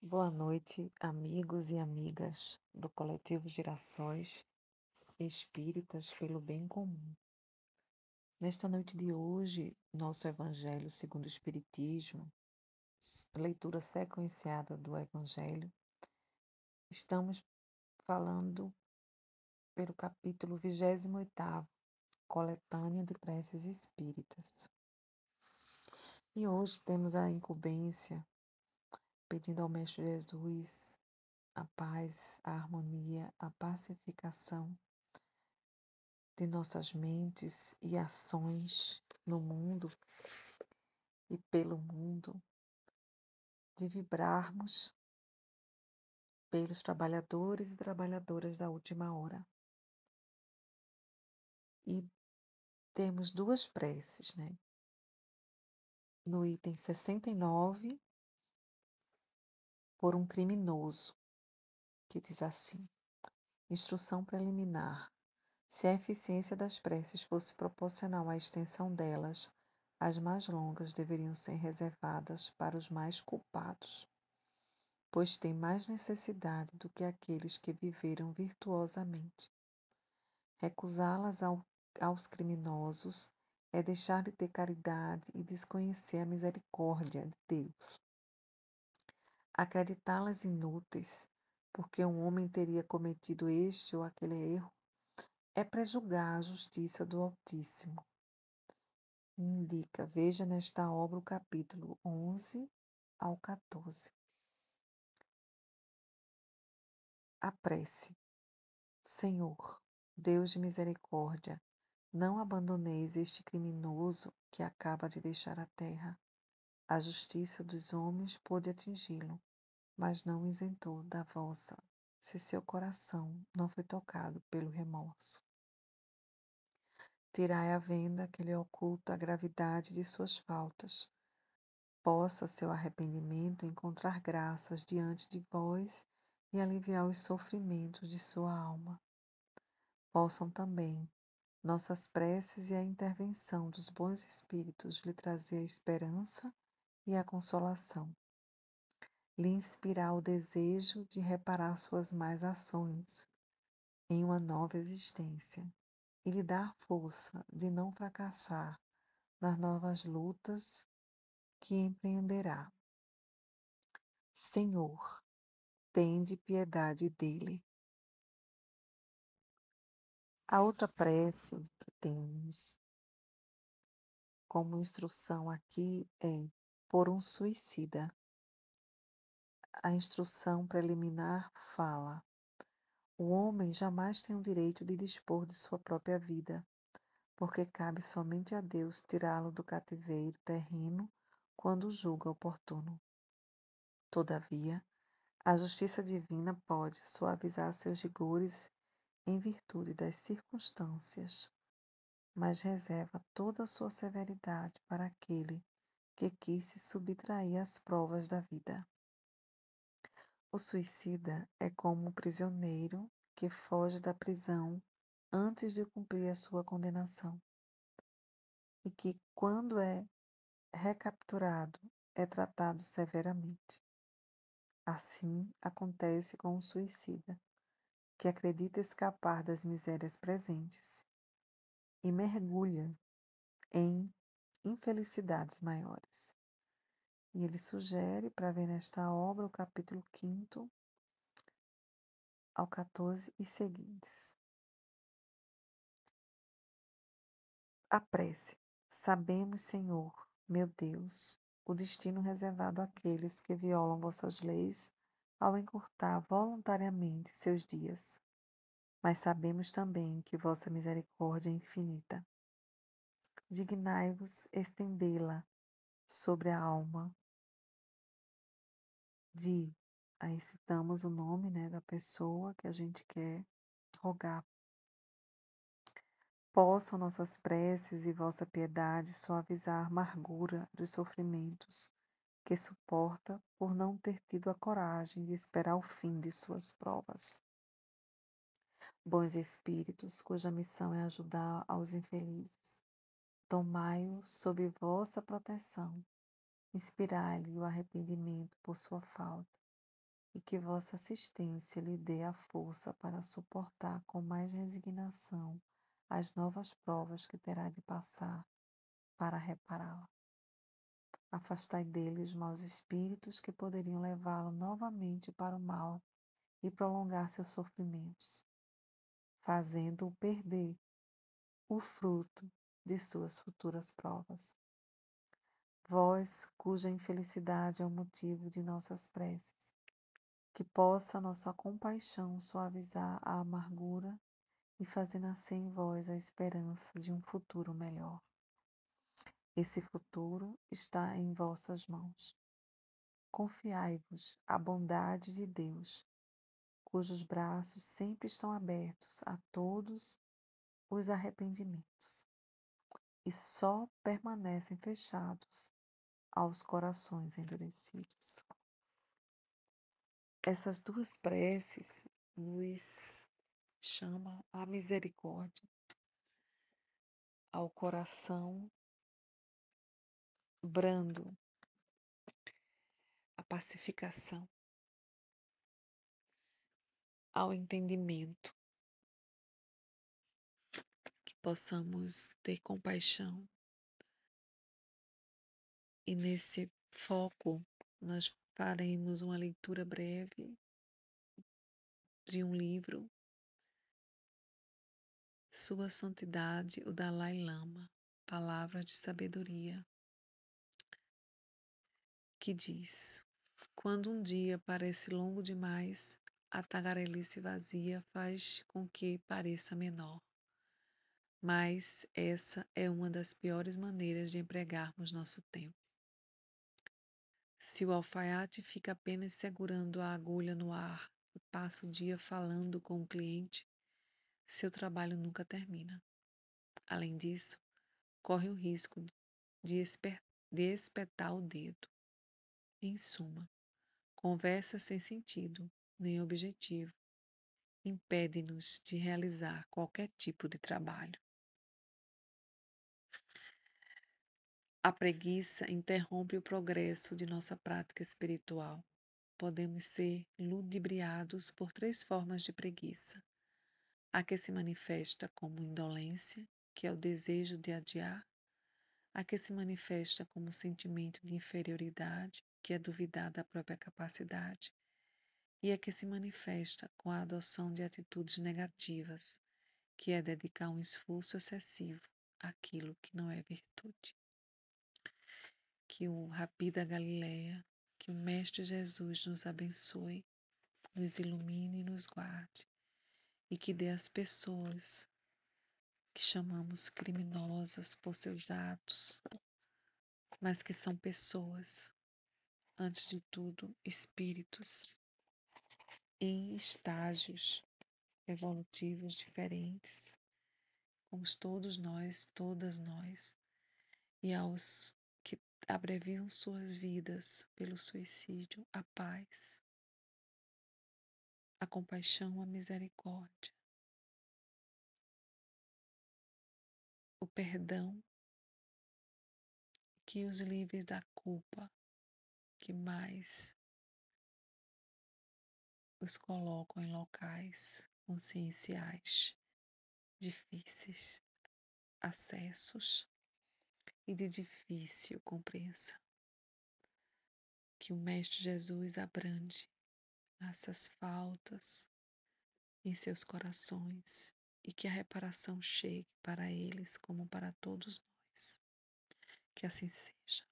Boa noite, amigos e amigas do Coletivo Girassóis Espíritas pelo Bem Comum. Nesta noite de hoje, nosso Evangelho segundo o Espiritismo, leitura sequenciada do Evangelho, estamos falando pelo capítulo 28º, Coletânea de Preces Espíritas. E hoje temos a incumbência, pedindo ao Mestre Jesus a paz, a harmonia, a pacificação de nossas mentes e ações no mundo e pelo mundo, de vibrarmos pelos trabalhadores e trabalhadoras da última hora. E temos duas preces, né? No item 69, por um criminoso, que diz assim: instrução preliminar. Se a eficiência das preces fosse proporcional à extensão delas, as mais longas deveriam ser reservadas para os mais culpados, pois têm mais necessidade do que aqueles que viveram virtuosamente. Recusá-las aos criminosos é deixar de ter caridade e desconhecer a misericórdia de Deus. Acreditá-las inúteis, porque um homem teria cometido este ou aquele erro, é prejulgar a justiça do Altíssimo. Indica, veja nesta obra o capítulo 11 ao 14. A prece. Senhor, Deus de misericórdia, não abandoneis este criminoso que acaba de deixar a terra. A justiça dos homens pôde atingi-lo, mas não o isentou da vossa, se seu coração não foi tocado pelo remorso. Tirai a venda que lhe oculta a gravidade de suas faltas. Possa seu arrependimento encontrar graças diante de vós e aliviar os sofrimentos de sua alma. Possam também nossas preces e a intervenção dos bons espíritos lhe trazer a esperança e a consolação, lhe inspirar o desejo de reparar suas más ações em uma nova existência e lhe dar força de não fracassar nas novas lutas que empreenderá. Senhor, tende piedade dele. A outra prece que temos como instrução aqui é por um suicida. A instrução preliminar fala: o homem jamais tem o direito de dispor de sua própria vida, porque cabe somente a Deus tirá-lo do cativeiro terreno quando julga oportuno. Todavia, a justiça divina pode suavizar seus rigores em virtude das circunstâncias, mas reserva toda a sua severidade para aquele que quis se subtrair às provas da vida. O suicida é como um prisioneiro que foge da prisão antes de cumprir a sua condenação, e que, quando é recapturado, é tratado severamente. Assim acontece com o suicida, que acredita escapar das misérias presentes e mergulha em infelicidades maiores. E ele sugere para ver nesta obra o capítulo 5º ao 14 e seguintes. A prece. Sabemos, Senhor, meu Deus, o destino reservado àqueles que violam vossas leis ao encurtar voluntariamente seus dias. Mas sabemos também que vossa misericórdia é infinita. Dignai-vos estendê-la sobre a alma de... Aí citamos o nome, da pessoa que a gente quer rogar. Possam nossas preces e vossa piedade suavizar a amargura dos sofrimentos que suporta por não ter tido a coragem de esperar o fim de suas provas. Bons espíritos, cuja missão é ajudar aos infelizes, tomai-o sob vossa proteção, inspirai-lhe o arrependimento por sua falta e que vossa assistência lhe dê a força para suportar com mais resignação as novas provas que terá de passar para repará-la. Afastai dele os maus espíritos que poderiam levá-lo novamente para o mal e prolongar seus sofrimentos, fazendo-o perder o fruto de suas futuras provas. Vós, cuja infelicidade é o motivo de nossas preces, que possa nossa compaixão suavizar a amargura e fazer nascer em vós a esperança de um futuro melhor. Esse futuro está em vossas mãos. Confiai-vos à bondade de Deus, cujos braços sempre estão abertos a todos os arrependimentos, e só permanecem fechados aos corações endurecidos. Essas duas preces nos chamam à misericórdia, ao coração brando, à pacificação, ao entendimento, que possamos ter compaixão. E nesse foco, nós faremos uma leitura breve de um livro, Sua Santidade, o Dalai Lama, Palavras de Sabedoria, que diz: quando um dia parece longo demais, a tagarelice vazia faz com que pareça menor. Mas essa é uma das piores maneiras de empregarmos nosso tempo. Se o alfaiate fica apenas segurando a agulha no ar e passa o dia falando com o cliente, seu trabalho nunca termina. Além disso, corre o risco de espetar o dedo. Em suma, conversa sem sentido nem objetivo impede-nos de realizar qualquer tipo de trabalho. A preguiça interrompe o progresso de nossa prática espiritual. Podemos ser ludibriados por 3 formas de preguiça: a que se manifesta como indolência, que é o desejo de adiar; a que se manifesta como sentimento de inferioridade, que é duvidar da própria capacidade; e a que se manifesta com a adoção de atitudes negativas, que é dedicar um esforço excessivo àquilo que não é virtude. Que o Rabi da Galileia, que o Mestre Jesus nos abençoe, nos ilumine e nos guarde, e que dê às pessoas que chamamos criminosas por seus atos, mas que são pessoas, antes de tudo, espíritos em estágios evolutivos diferentes, como todos nós, todas nós, e aos que abreviam suas vidas pelo suicídio, a paz, a compaixão, a misericórdia, o perdão, que os livre da culpa que mais os colocam em locais conscienciais difíceis, acessos e de difícil compreensão. Que o Mestre Jesus abrande essas faltas em seus corações e que a reparação chegue para eles como para todos nós. Que assim seja.